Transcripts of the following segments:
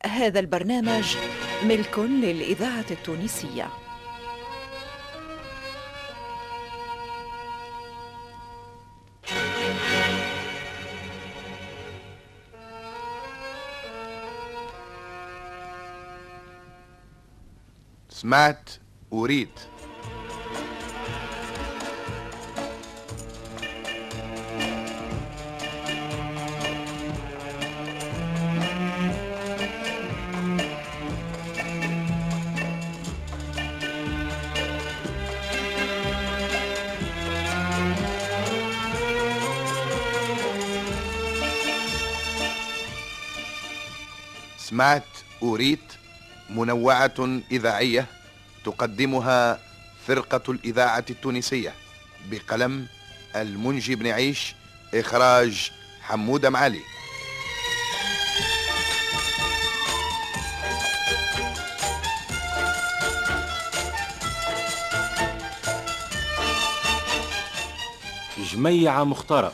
هذا البرنامج ملك للإذاعة التونسية. سمعت وريت. سمعت وريت منوعة إذاعية تقدمها فرقة الإذاعة التونسية بقلم المنجي بن عيش، إخراج حمود معالي. جميعة مختارة.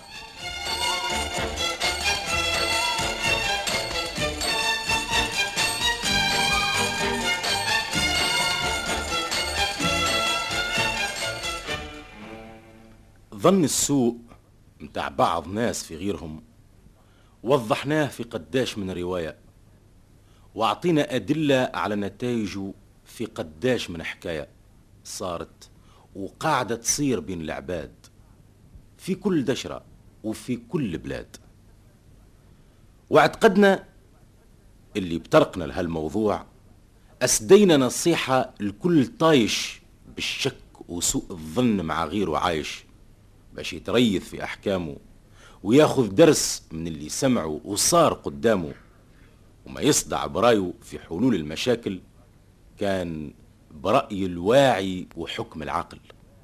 ظن السوء متاع بعض ناس في غيرهم وضحناه في قداش من رواية، واعطينا أدلة على نتائجه في قداش من حكاية صارت وقاعدة تصير بين العباد في كل دشرة وفي كل بلاد. واعتقدنا اللي بطرقنا لهالموضوع أسدينا نصيحة لكل طايش بالشك وسوء الظن مع غيره عايش، باش يتريث في أحكامه وياخذ درس من اللي سمعه وصار قدامه، وما يصدع برايه في حلول المشاكل كان برأي الواعي وحكم العقل.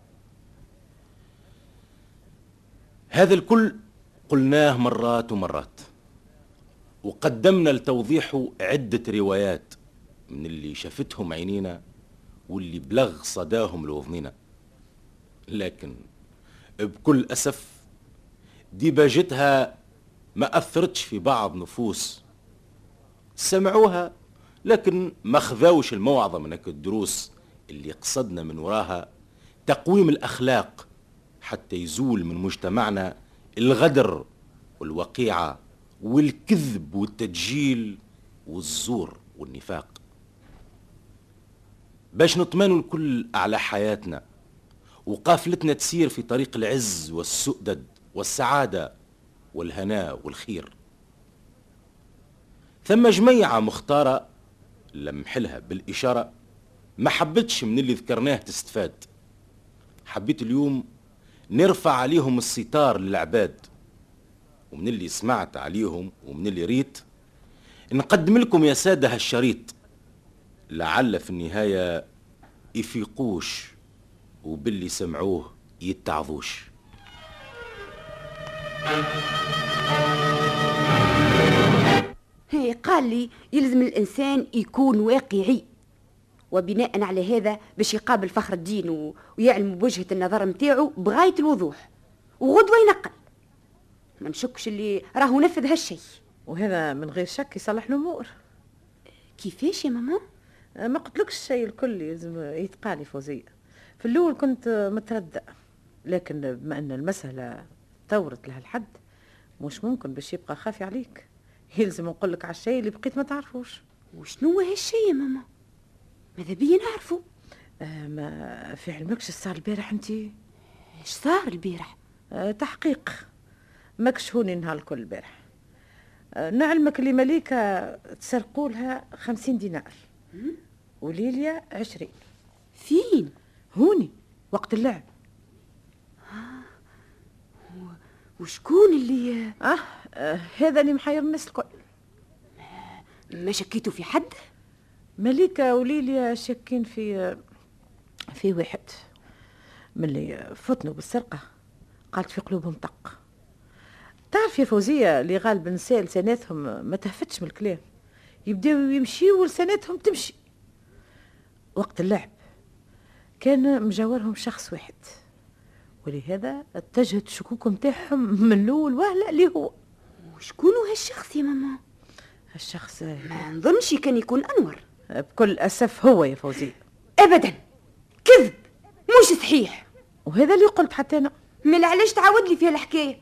هذا الكل قلناه مرات ومرات، وقدمنا لتوضيحه عدة روايات من اللي شافتهم عينينا واللي بلغ صداهم لأذننا، لكن بكل أسف ديباجتها ما أثرتش في بعض نفوس سمعوها لكن ما خذاوش الموعظة من هيك الدروس اللي قصدنا من وراها تقويم الأخلاق حتى يزول من مجتمعنا الغدر والوقيعة والكذب والتدجيل والزور والنفاق، باش نطمنوا الكل على حياتنا وقافلتنا تسير في طريق العز والسؤدد والسعادة والهناء والخير. ثم جميعة مختارة لمحلها بالإشارة ما حبتش من اللي ذكرناه تستفاد. حبيت اليوم نرفع عليهم الستار للعباد، ومن اللي سمعت عليهم ومن اللي ريت نقدم لكم يا سادة هالشريط، لعل في النهاية يفيقوش وباللي سمعوه يتعظوش. هي قال لي يلزم الإنسان يكون واقعي، وبناء على هذا باش يقابل فخر الدين ويعلم بوجهة النظر متاعه بغاية الوضوح، وغدوة ينقل. ما نشكش اللي راهو نفذ هالشي، وهذا من غير شك يصلح الأمور. كيفاش يا ماما؟ ما قلتلكش الشيء الكل يلزم يتقالي فوزية. في الأول كنت متردة، لكن بما أن المسألة طورت لها الحد مش ممكن باش يبقى خافي عليك، يلزم نقولك على الشيء اللي بقيت ما تعرفوش. وشنو هالشيء يا ماما؟ ماذا بيا نعرفه؟ ما في علمكش صار البارح انتي؟ ايش صار البارح؟ تحقيق مكشهوني نهار الكل البارح. نعلمك اللي مليكة تسرقولها 50 دينار وليليا 20. فين؟ هوني وقت اللعب. وشكون اللي هذا اللي محير الناس الكل. ما شكيتوا في حد؟ مليكة وليليا شاكين في واحد من اللي فتنوا بالسرقة، قالت في قلوبهم طق. تعرف يا فوزية اللي غالب النساء لساناتهم ما تهفتش من الكلام، يبداو يمشيوا ولساناتهم تمشي. وقت اللعب كان مجاورهم شخص واحد، ولهذا اتجهت الشكوك متاعهم من الاول وهله اللي هو. وشكون هالشخص يا ماما؟ الشخص ما نظنش كان يكون أنور. بكل أسف هو يا فوزية. أبدا، كذب، مش صحيح. وهذا اللي قلت حتى أنا. من علاش تعاود لي فيها الحكاية؟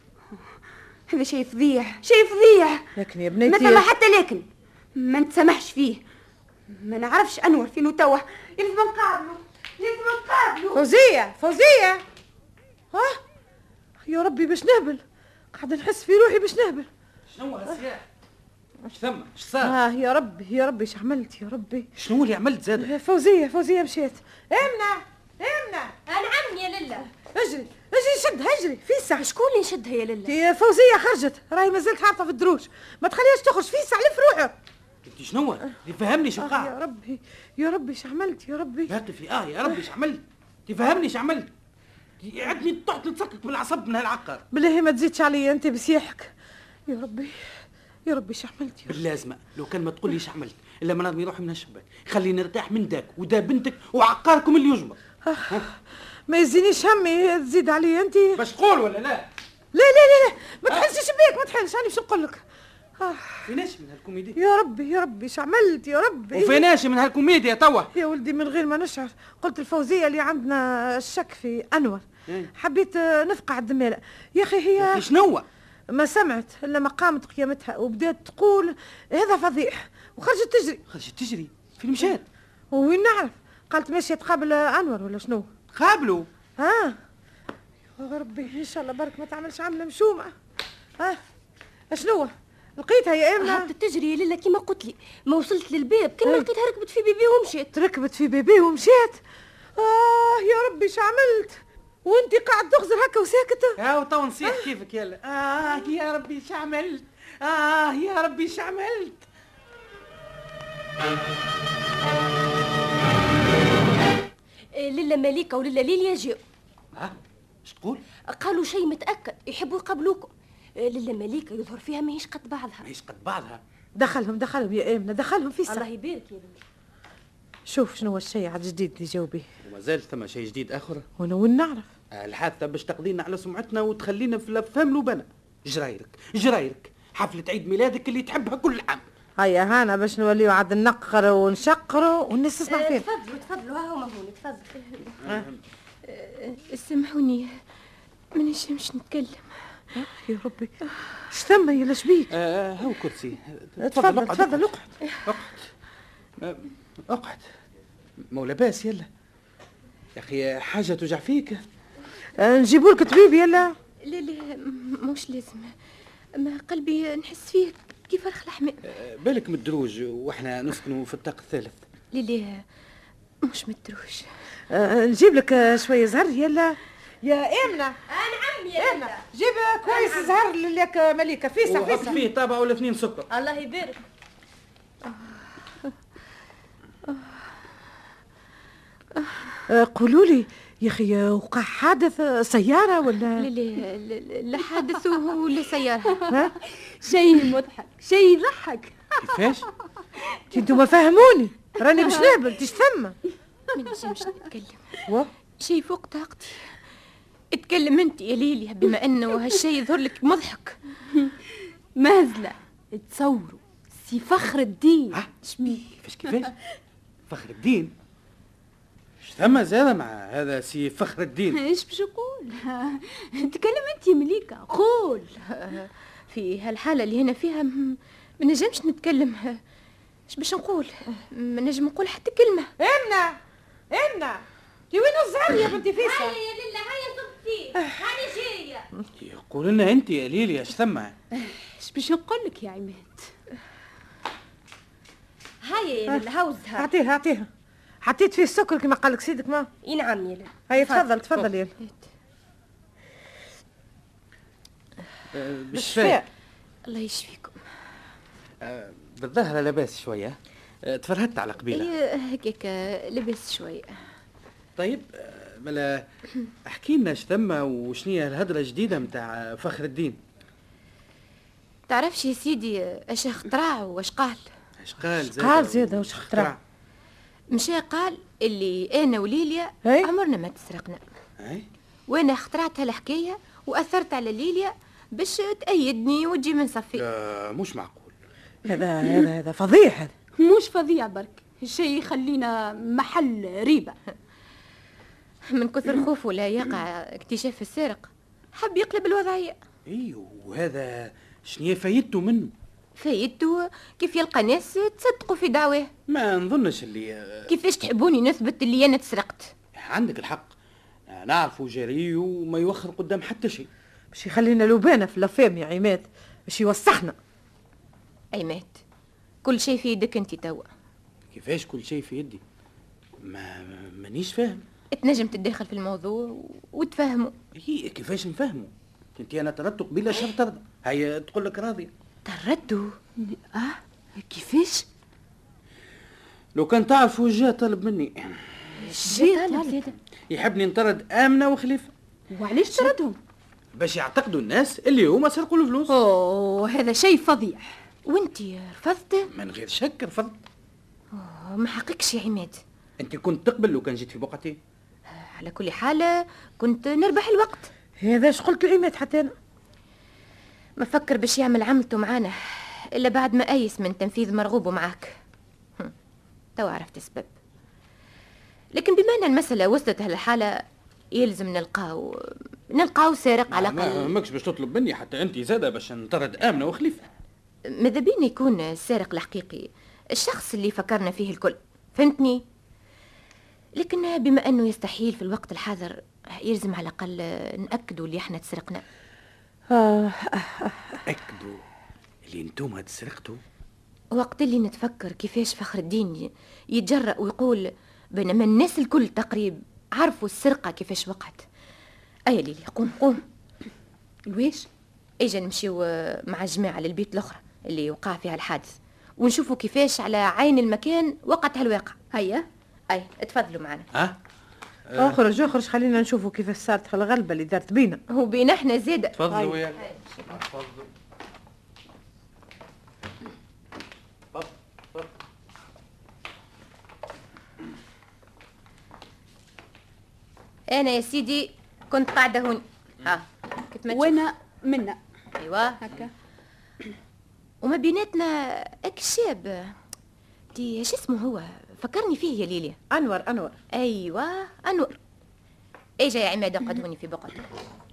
هذا شيء فضيح، شيء فضيح. لكن يا بنيتي ما ثم حتى لكن ما نتسامحش فيه. ما نعرفش أنور فين توا. لازم نقابله، لازم نقابله. فوزية، فوزية، ها يا ربي باش نهبل، قاعدة نحس في روحي باش نهبل. شنو هالسياح؟ اش ثم؟ اش صار؟ يا ربي يا ربي اش عملت يا ربي؟ شنو اللي عملت زاد؟ فوزية مشيت. امنة نعم يا لله. اجري شدها، اجري في الساعة. شكون اللي نشدها يا لله؟ يا فوزية خرجت، راهي مازالت حاطة في الدروج، ما تخليهاش تخرج في الساعة. لف روحها. انت شنو؟ تفهمني شو قاع؟ يا ربي اش عملت يا ربي؟ باقي في يا ربي اش عملت؟ تفهمني اش عملت؟ عدني طحت نتسكك بالعصب من هالعقار. بالله ما تزيدش عليا انت بسياحك. يا ربي اش عملت يا ربي؟ باللازمه لو كان ما تقوليش عملت الا ما نظم يروح من الشباك، خليني نرتاح من داك ودا بنتك وعقاركم اللي يجبر. ما يزينيش همي تزيد عليا انت. باش تقول ولا لا؟ لا ما تحلش الشباك، ما تحلش. انا باش نقول لك فيناش من هالكوميديا؟ يا ربي اش عملت يا ربي؟ وفيناش من هالكوميديا توا؟ يا ولدي من غير ما نشعر قلت الفوزية اللي عندنا الشك في أنور. حبيت نفقع الدمالة يا أخي. هي شنو؟ ما سمعت إلا ما قامت قيامتها وبدأت تقول هذا فضيح وخرجت تجري. فين مشات؟ وين نعرف؟ قالت ماشية تقابل أنور ولا شنو؟ قابلوا؟ يا ربي إن شاء الله برك ما تعملش عملة مشومة. شنو لقيتها يا إمنا؟ هبطت تجري يا لله كيما قلت لي، ما وصلت للباب كان ما لقيتها ركبت في بيبي ومشيت. ركبت في بيبي ومشيت؟ يا ربي اش عملت وانت قاعد تغزر هكا وساكته؟ وتوا نصيح كيفك يلا. يا ربي اش عملت؟ يا ربي اش عملت؟ لله مليكة ولله ليليا جاو. اش تقول؟ قالوا شيء متأكد يحبوا يقابلوكم. لله مليكة يظهر فيها ماهيش قد بعضها. دخلهم يا امنه، دخلهم في الساعه. الله يبارك يا لله. شوف شنو هو الشيء عاد جديد اللي جاو به. وما زال ثم شيء جديد اخر. وانا وين نعرف؟ الحادثه باش تقضينا على سمعتنا وتخلينا في الافهام لبنا. جرايرك حفله عيد ميلادك اللي تحبها كل عام. هيا هانا باش نوليو عاد نقروا ونشقروا والناس تسمع فينا. تفضلوا ها هما هون. تفضل. سامحوني ما نجمش نتكلم. يا ربي اش ثم يا لشبيك؟ هاو كرسي. تفضل اقعد. مو لاباس يلا يا اخي، حاجه توجع فيك؟ نجيبوا لك طبيب يلا؟ لا مش لازم، ما قلبي نحس فيه كيف فرخ الحمام. بالك من الدروج واحنا نسكنوا في الطاق الثالث. لا مش متروش. نجيب لك شويه زهر يلا يا امنه. نعم يا امنه. جيب كويس زهر لك مليكه فيسع فيه طابع ولا 2 سكر. الله يبارك. قولوا لي يا اخي، وقع حادث سياره ولا؟ لا حادث ولا سياره. شيء مضحك، شيء يضحك. كيفاش؟ انتوا ما فهموني، راني مش نهبل تشتم. ما نجمش نتكلم. شيء فوق طاقتي. اتكلم انت يا ليليا بما انه هالشيء يظهر لك مضحك. مهزله. تصوروا سي فخر الدين. شبيه؟ كيفاش؟ فخر الدين؟ ايش ثم زاد مع هذا سي فخر الدين؟ ايش باش نقول؟ تكلم انت يا مليكه، قول. في هالحاله اللي هنا فيها ما نجمش نتكلم. ايش باش نقول؟ ما نجم نقول حتى كلمه. امنه دي وين الزهر يا بنتي فيسا؟ هيا يا لله هيا صبتي، هاني جايه. يقول لنا انت يا ليليا ايش ثم؟ ايش باش نقول لك يا عماد؟ هيا يا لله هاوزها. اعطيها حطيت فيه السكر كما قال لك سيدك. ما نعم يا لله. هيا تفضل يا بالشفاء. الله يشفيكم. بالظاهر لاباس شويه. تفرهدت على قبيله. هكاك لبس شويه. طيب ملا احكي لنا اش ثم وشنية الهدره الجديده متاع فخر الدين؟ تعرفش يا سيدي اش اخترع واش قال؟ قال زياده واش اخترع؟ مشى قال اللي انا وليليا عمرنا ما تسرقنا. وانا اخترعت هالحكايه واثرت على ليليا باش تأيدني وتجي من صفي. مش معقول. هذا فظيع هذا. مش فظيع برك، الشيء يخلينا محل ريبة. من كثر خوفه لا يقع اكتشاف السارق حب يقلب الوضعية. ايوه، وهذا شنو فايدته منه؟ فايدته كيف يلقى ناس تصدقوا في دعواه. ما نظنش اللي كيفاش تحبوني نثبت اللي انا تسرقت؟ عندك الحق، نعرفه جريء وما يوخر قدام حتى شيء. باش يخلينا لوبانه في الافلام يا عماد، باش يوسخنا. عماد، كل شيء في يدك انت توا. كيفاش كل شيء في يدي؟ مانيش فاهم. تنجم تتدخل في الموضوع وتفهمه. هي كيفاش نفهمه؟ انت انا طردته قبيله شهر ترضى، هي تقول لك راضيه. طردته؟ كيفاش؟ لو كان تعرفوا جا طلب مني. جا طلب؟ يحبني نطرد آمنة وخليفة. وعلاش طردهم؟ باش يعتقدوا الناس اللي هما سرقوا الفلوس. اوه هذا شيء فظيع. وانتي رفضت؟ من غير شك رفضت. ما حقكش يا عماد. انت كنت تقبل لو كان جيت في بقعتي؟ على كل حال كنت نربح الوقت. هذا قلت لعماد حتى انا. ما فكر باش يعمل عملته معانا الا بعد ما ايس من تنفيذ مرغوبه معاك. توا عرفت السبب. لكن بما ان المساله وصلت هالحاله يلزم نلقاو سارق على الاقل. ماكش باش تطلب مني حتى انت زاده باش نطرد آمنة وخليفة. ماذا بينا يكون السارق الحقيقي الشخص اللي فكرنا فيه الكل، فهمتني؟ لكن بما انه يستحيل في الوقت الحاضر يلزم على الاقل ناكدوا اللي احنا تسرقنا. اكدوا اللي انتم تسرقتوا؟ وقت اللي نتفكر كيفاش فخر الدين يتجرأ ويقول بينما الناس الكل تقريب عرفوا السرقة كيفاش وقعت. أيا ليلي قوم. لويش؟ اجا نمشيو مع الجماعة للبيت الأخرى اللي وقع فيها الحادث ونشوفوا كيفاش على عين المكان وقعت هالواقع. هيا أي اتفضلوا معنا. اخرج خلينا نشوفوا كيفاش صارت الغلبة اللي دارت بينا. هو بينا احنا زيادة. تفضلوا يا تفضلوا. أنا يا سيدي كنت قاعدة هون. كيف ما تشوف. وانا منا. أيوة هكا. وما بيناتنا اكشاب دي ايش اسمه هو؟ فكرني فيه يا ليليا. انور. ايوه انور. اجا يا عماد اقعد هوني في بقعتك.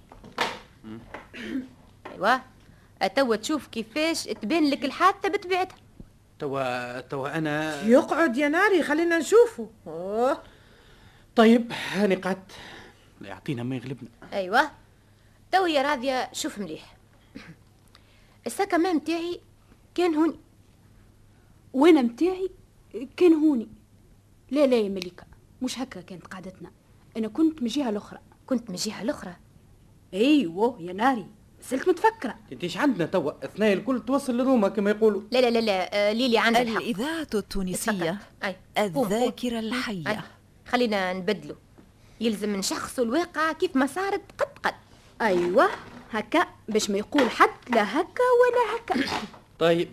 ايوه اتوا تشوف كيفاش تبان لك الحادثه بطبيعتها. توا انا يقعد يا ناري خلينا نشوفه. طيب هاني قعدت، لا يعطينا ما يغلبنا. ايوه تو يا راضيه شوف مليح. السكمه متاعي كان هوني. وانا متاعي كان هوني. لا يا مليكة، مش هكا كانت قعدتنا. انا كنت من الجهه الاخرى. كنت من الجهه الاخرى؟ ايوه يا ناري زلت متفكره. انتيش عندنا توا اثناء الكل توصل لروما كما يقولوا. لا ليلي عندها الحق. الإذاعة التونسية الذاكرة الحية. خلينا نبدلوا، يلزم نشخصوا الواقع كيف ما صارت قد. ايوه هكا باش ما يقول حد لا هكا ولا هكا. طيب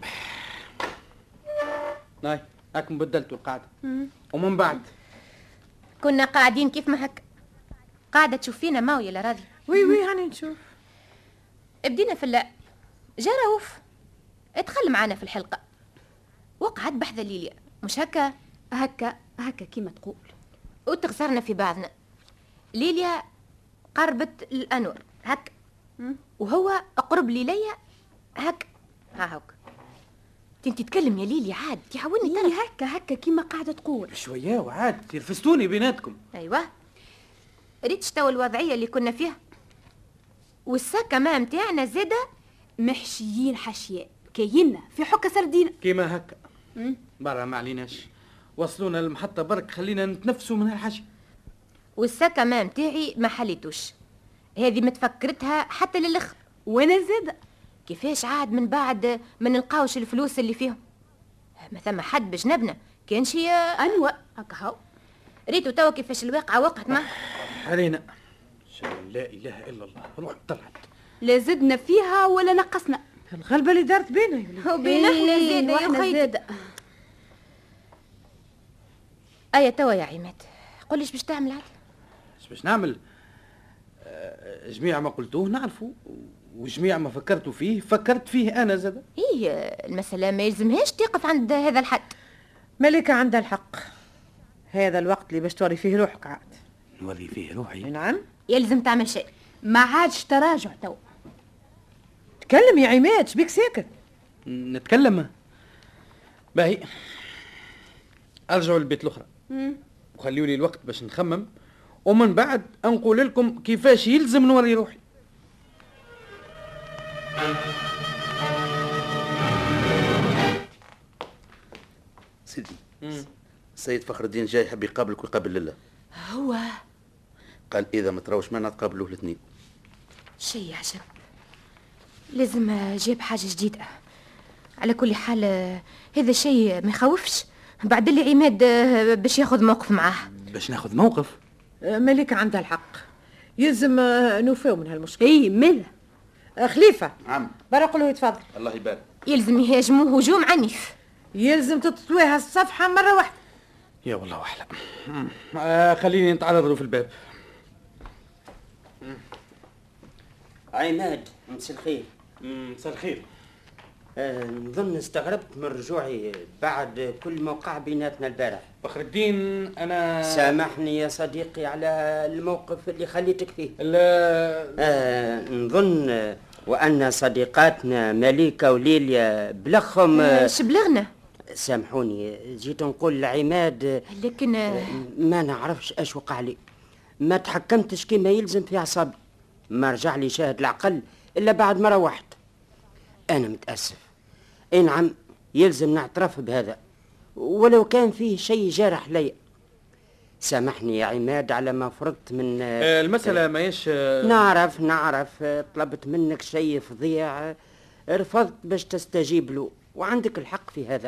ناي هاكم بدلتوا القاعدة. ومن بعد كنا قاعدين كيف ما هكا. قاعدة تشوف فينا ماو يا راضي. وي هاني نشوف. بدينا في اللعب. جا رؤوف ادخل معنا في الحلقة وقعد بحذا ليليا، مش هكا؟ هكا كيما تقول. وتخسرنا في بعضنا. ليليا قربت الأنور هكا وهو أقرب ليليا هكا. هاك انت تتكلم يا ليلي عاد تحاولني ترى. هكا كيما قاعدة تقول. شوية وعاد ترفستوني بيناتكم. أيوة ريتش توا الوضعية اللي كنا فيها والساكة ما متاعنا زادة محشيين حشياء كاينة في حكة سردينة كيما هكا. برا ما عليناش، وصلونا المحطة برك خلينا نتنفسوا من هالحشي. والساكة ما متاعي ما حليتوش، هذه متفكرتها حتى للأخر. وانا زادة كيفاش عاد من بعد ما نلقاوش الفلوس اللي فيهم؟ ما ثم حد بجنبنا كانش هي أنوى هكا هاو. ريتو توا كيفاش الواقعة وقعت معه. علينا لا إله إلا الله. روح طلعت لا زدنا فيها ولا نقصنا. الغلبة اللي دارت بينا وبين احنا زادة يا خيتي. أيا توا يا عماد قوليش باش تعمل عاد؟ باش نعمل؟ جميع ما قلتوه نعرفوا وجميع ما فكرتوا فيه فكرت فيه أنا زاد. إيه المسألة ما يلزمهاش تقف عند هذا الحد. ملكة عندها الحق، هذا الوقت اللي باش توري فيه روحك عاد. نوري فيه روحي؟ نعم. يلزم تعمل شيء، ما عادش تراجع تو. تكلم يا عماد، شبيك ساكت؟ نتكلم. باهي، ارجعوا للبيت الاخرى وخليوا لي الوقت باش نخمم، ومن بعد نقول لكم كيفاش يلزم نوري روحي. سيدي، السيد فخر الدين جاي يحب يقابلك ويقابل الله. هو قال اذا ما تراوش معنا تقابلوه الاثنين. شيء عجب، لازم جاب حاجة جديدة. على كل حال هذا الشيء ما يخوفش. بعد اللي عماد باش ياخذ موقف معاه. باش ناخذ موقف؟ ملكة عندها الحق، يلزم نوفيو من هالمشكلة. اي ملا خليفة. نعم. بارك له يتفضل. الله يبارك. يلزم يهاجموه هجوم عنيف. يلزم تطويها الصفحة مرة واحدة. يا والله أحلى. خليني نتعرض له في الباب. عماد، مساء الخير. مساء الخير. نظن استغربت من رجوعي بعد كل ما وقع بيناتنا البارح. فخر الدين أنا سامحني يا صديقي على الموقف اللي خليتك فيه. لا نظن وأن صديقاتنا مليكة وليليا بلغهم شبلغنا. سامحوني، جيت نقول لعماد لكن ما نعرفش اش وقع لي. ما تحكمتش كما يلزم في اعصابي، ما رجع لي شاهد العقل الا بعد ما روحت. انا متاسف، اي نعم يلزم نعترف بهذا ولو كان فيه شيء جارح لي. سامحني يا عماد على ما فرضت من المسألة ماهيش نعرف طلبت منك شيء فظيع، رفضت باش تستجيب له، وعندك الحق في هذا.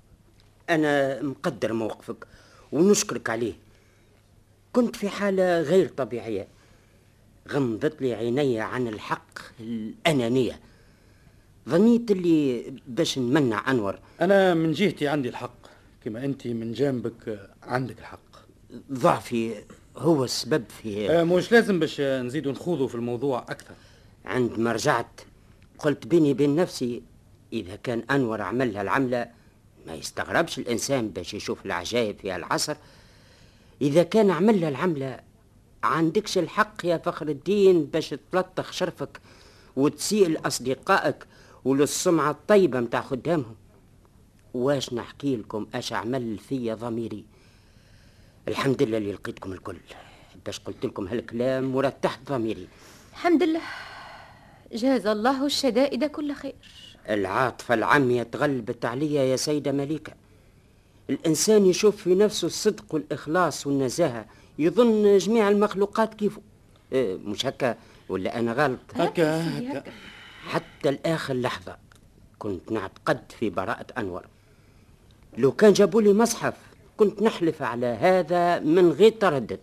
أنا مقدر موقفك ونشكرك عليه. كنت في حالة غير طبيعية، غمضت لي عيني عن الحق الأنانية. ظنيت اللي باش نمنع أنور. أنا من جهتي عندي الحق، كما أنت من جانبك عندك الحق. ضعفي هو السبب في مش لازم باش نزيدوا نخوضوا في الموضوع أكثر. عندما رجعت قلت بيني بين نفسي إذا كان أنور عملها العملة ما يستغربش الإنسان باش يشوف العجائب في العصر. إذا كان عملها العملة عندكش الحق يا فخر الدين باش تلطخ شرفك وتسيء لأصدقائك وللسمعة الطيبة متاع خدامهم. واش نحكي لكم اش عمل فيا ضميري. الحمد لله اللي لقيتكم الكل باش قلت لكم هالكلام ورتحت ضميري. الحمد لله، جاز الله الشدائد كل خير. العاطفة العامية تغلبت عليا يا سيدة مليكة. الإنسان يشوف في نفسه الصدق والإخلاص والنزاهة، يظن جميع المخلوقات كيفه. مش هكا ولا أنا غلط؟ هكا. حتى الآخر لحظة كنت نعتقد في براءة أنور. لو كان جابوا لي مصحف كنت نحلف على هذا من غير تردد.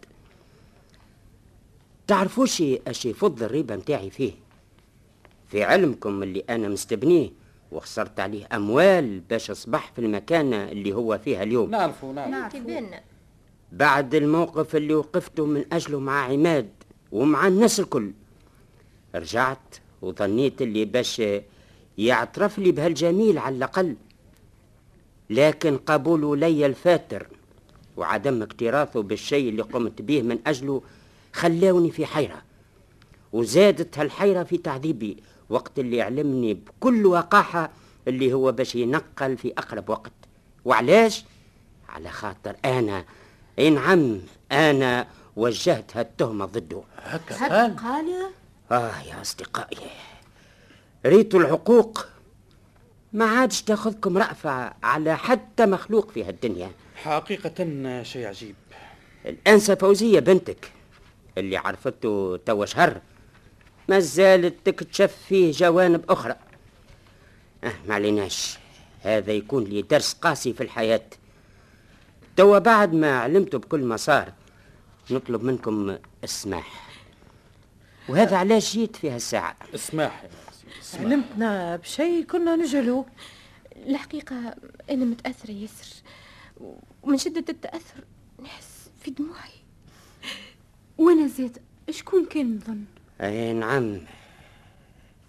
تعرفوش اش يفض الريبة متاعي فيه؟ في علمكم اللي أنا مستبنيه وخسرت عليه أموال باش أصبح في المكان اللي هو فيها اليوم. نعرفوا. بعد الموقف اللي وقفته من أجله مع عماد ومع الناس الكل، رجعت وظنيت اللي باش يعترف لي بهالجميل على الأقل، لكن قبوله لي الفاتر وعدم اكتراثه بالشيء اللي قمت به من أجله خلاوني في حيرة، وزادت هالحيرة في تعذيبي وقت اللي علمني بكل وقاحة اللي هو باش ينقل في أقرب وقت. وعلاش؟ على خاطر أنا نعم أنا وجهت هالتهمة ضده. هكا قال يا أصدقائي، ريتوا الحقوق ما عادش تاخذكم رأفة على حتى مخلوق في هالدنيا. حقيقة شيء عجيب. الأنسة فوزية بنتك اللي عرفته توا شهر ما زالت تكتشف فيه جوانب أخرى. ما عليناش، هذا يكون لي درس قاسي في الحياة. توا بعد ما علمته بكل ما صار نطلب منكم السماح، وهذا علاش جيت في هالساعة. اسماح علمتنا بشيء كنا نجهلوه. الحقيقة أنا متأثرة ياسر، ومن شدة التأثر نحس في دموعي. وانا زاد شكون كان نظن؟ اي نعم،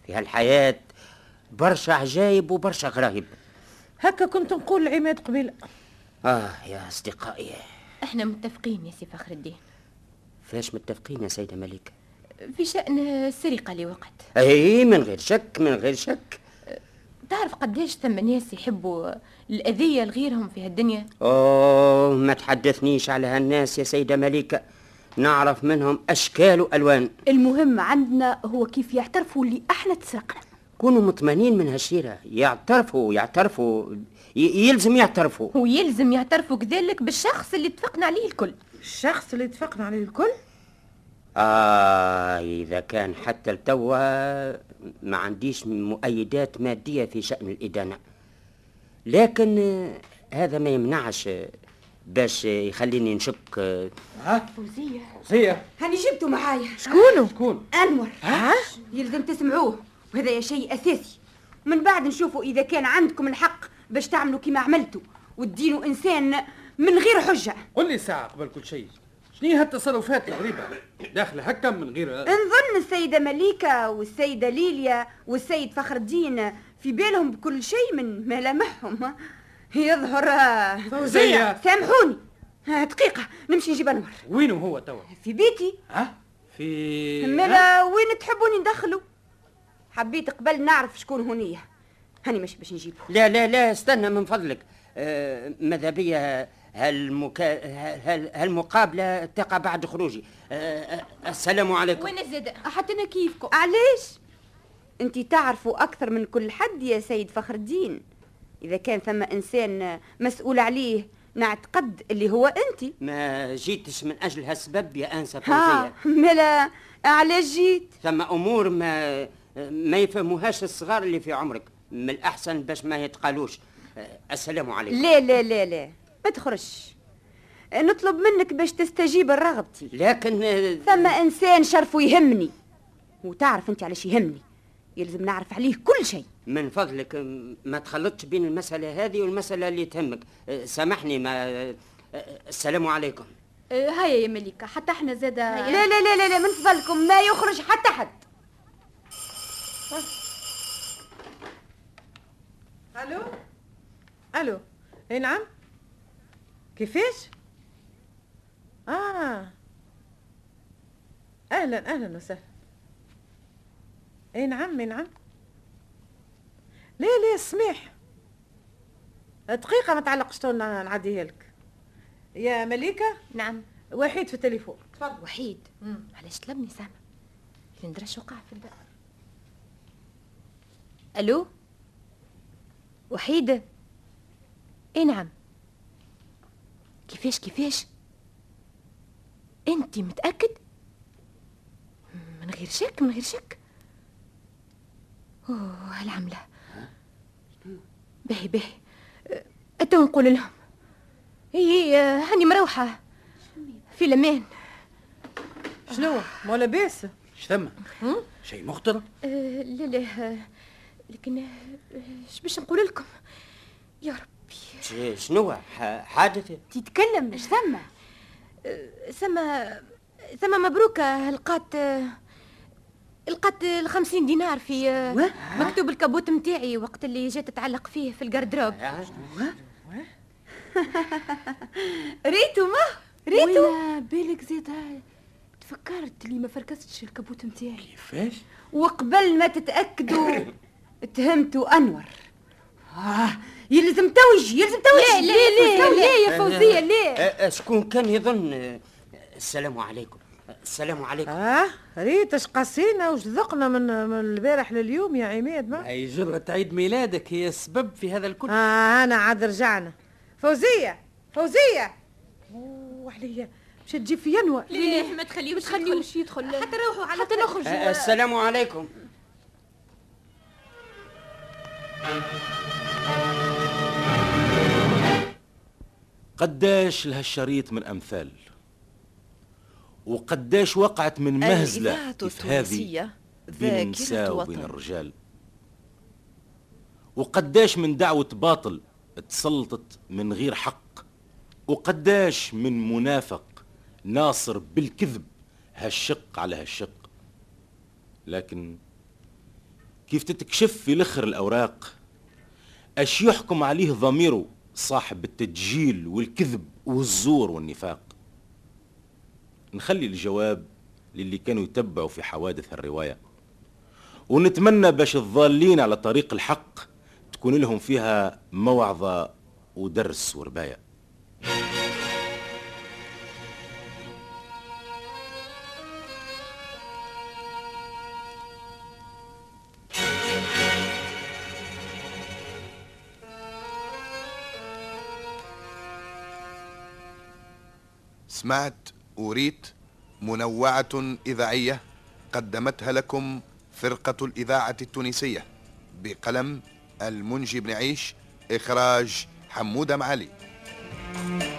في هالحياة برشا عجايب وبرشا غرايب. هكا كنت نقول لعماد قبيله. يا أصدقائي، احنا متفقين يا سي فخر الدين. فاش متفقين يا سيدة مليكة؟ في شأن السرقة اللي وقعت. أي من غير شك من غير شك. تعرف قداش ثم ناس يحبوا الأذية لغيرهم في هالدنيا؟ ما تحدثنيش على هالناس يا سيدة مليكة، نعرف منهم أشكال وألوان. المهم عندنا هو كيف يعترفوا اللي احنا تسرقنا. كونوا مطمئنين من هالشيرة، يعترفوا يلزم يعترفوا، ويلزم يعترفوا كذلك بالشخص اللي اتفقنا عليه الكل. الشخص اللي اتفقنا عليه الكل؟ إذا كان حتى التوا ما عنديش مؤيدات مادية في شأن الإدانة، لكن هذا ما يمنعش باش يخليني نشك. فوزية هاني جبته معايا. شكون؟ أنور. يلزم تسمعوه، وهذا شيء أساسي. من بعد نشوفوا إذا كان عندكم الحق باش تعملوا كما عملتوا وتدينوا إنسان من غير حجة. قل لي ساعة قبل كل شيء، شنو هالتصرفات الغريبة داخلة هكا من غير؟ نظن السيدة مليكة والسيدة ليليا والسيد فخر الدين في بالهم بكل شيء من ملامحهم. يظهر فوزية سامحوني، دقيقة نمشي نجيب أنور. وينه هو توا؟ في بيتي. في ملا وين تحبوني ندخلوا؟ حبيت قبل نعرف شكون هونية، هاني مش باش نجيبه. لا استنى من فضلك. ماذا بيا هالمقابلة تقع بعد خروجي. السلام عليكم. وين زاد؟ حتى أنا كيفكم. علاش؟ أنت تعرفوا أكثر من كل حد يا سيد فخر الدين. إذا كان ثم إنسان مسؤول عليه نعتقد اللي هو أنت. ما جيتش من أجل هالسبب يا أنسة فوزية. ملا علاش جيت؟ ثم أمور ما يفهموهاش الصغار اللي في عمرك، من الأحسن باش ما يتقالوش. السلام عليكم. لا ما تخرجش، نطلب منك باش تستجيب لرغبتي. لكن ثم إنسان شرفه يهمني، وتعرف أنت علاش يهمني، يلزم نعرف عليه كل شيء. من فضلك ما تخلطش بين المسألة هذه والمسألة اللي تهمك. سامحني. السلام عليكم. هيا يا مليكة، حتى احنا زاد. لا من فضلكم ما يخرج حتى حد. الو اي نعم. كيفاش؟ اهلا وسهلا. اي نعم لا سميح، دقيقة ما تعلقش تو نعديها لك يا مليكة. نعم. وحيد في التليفون. تفضل. وحيد؟ علاش طلبني سامع؟ اللي ندرش وقع في الباب. الو وحيد؟ اي نعم. كيفاش انت متأكد؟ من غير شك. هالعملة باهي اتو نقول لهم هي هاني مروحة في الامان. شنو مو لاباس؟ ثم شيء مخطر؟ لا لكن ايش باش نقول لكم يا ربي؟ شنو حادث؟ تتكلم ايش ثم مبروكة لقات 50 دينار في مكتوب الكابوت متاعي وقت اللي جات تتعلق فيه في الجاردروب. ريتو ولا بالك زيد تفكرت اللي ما فركستش الكابوت متاعي. كيفاش؟ وقبل ما تتأكدوا اتهمتوا أنور. يلزم توجي لا يا فوزية لا. شكون كان يظن؟ السلام عليكم. ريت اش قاسينا وش ذقنا من البارح لليوم يا عماد. ما اي جرة عيد ميلادك هي السبب في هذا الكل. انا عاد رجعنا. فوزية عليا مش تجيب في ينوى. لا ما تخليوش يدخل حتى نروحوا حتى نخرج. السلام عليكم. قداش لهالشريط من أمثال، وقداش وقعت من مهزلة كيف هذه بين النساء وبين الرجال، وقداش من دعوة باطل تسلطت من غير حق، وقداش من منافق ناصر بالكذب هالشق على هالشق. لكن كيف تتكشف في الاخر الاوراق اش يحكم عليه ضميره صاحب التدجيل والكذب والزور والنفاق. نخلي الجواب للي كانوا يتبعوا في حوادث الرواية، ونتمنى باش الضالين على طريق الحق تكون لهم فيها موعظة ودرس ورباية. سمعت أوريت منوعة إذاعية قدمتها لكم فرقة الإذاعة التونسية بقلم المنجي بن عيش، إخراج حمودة معالي.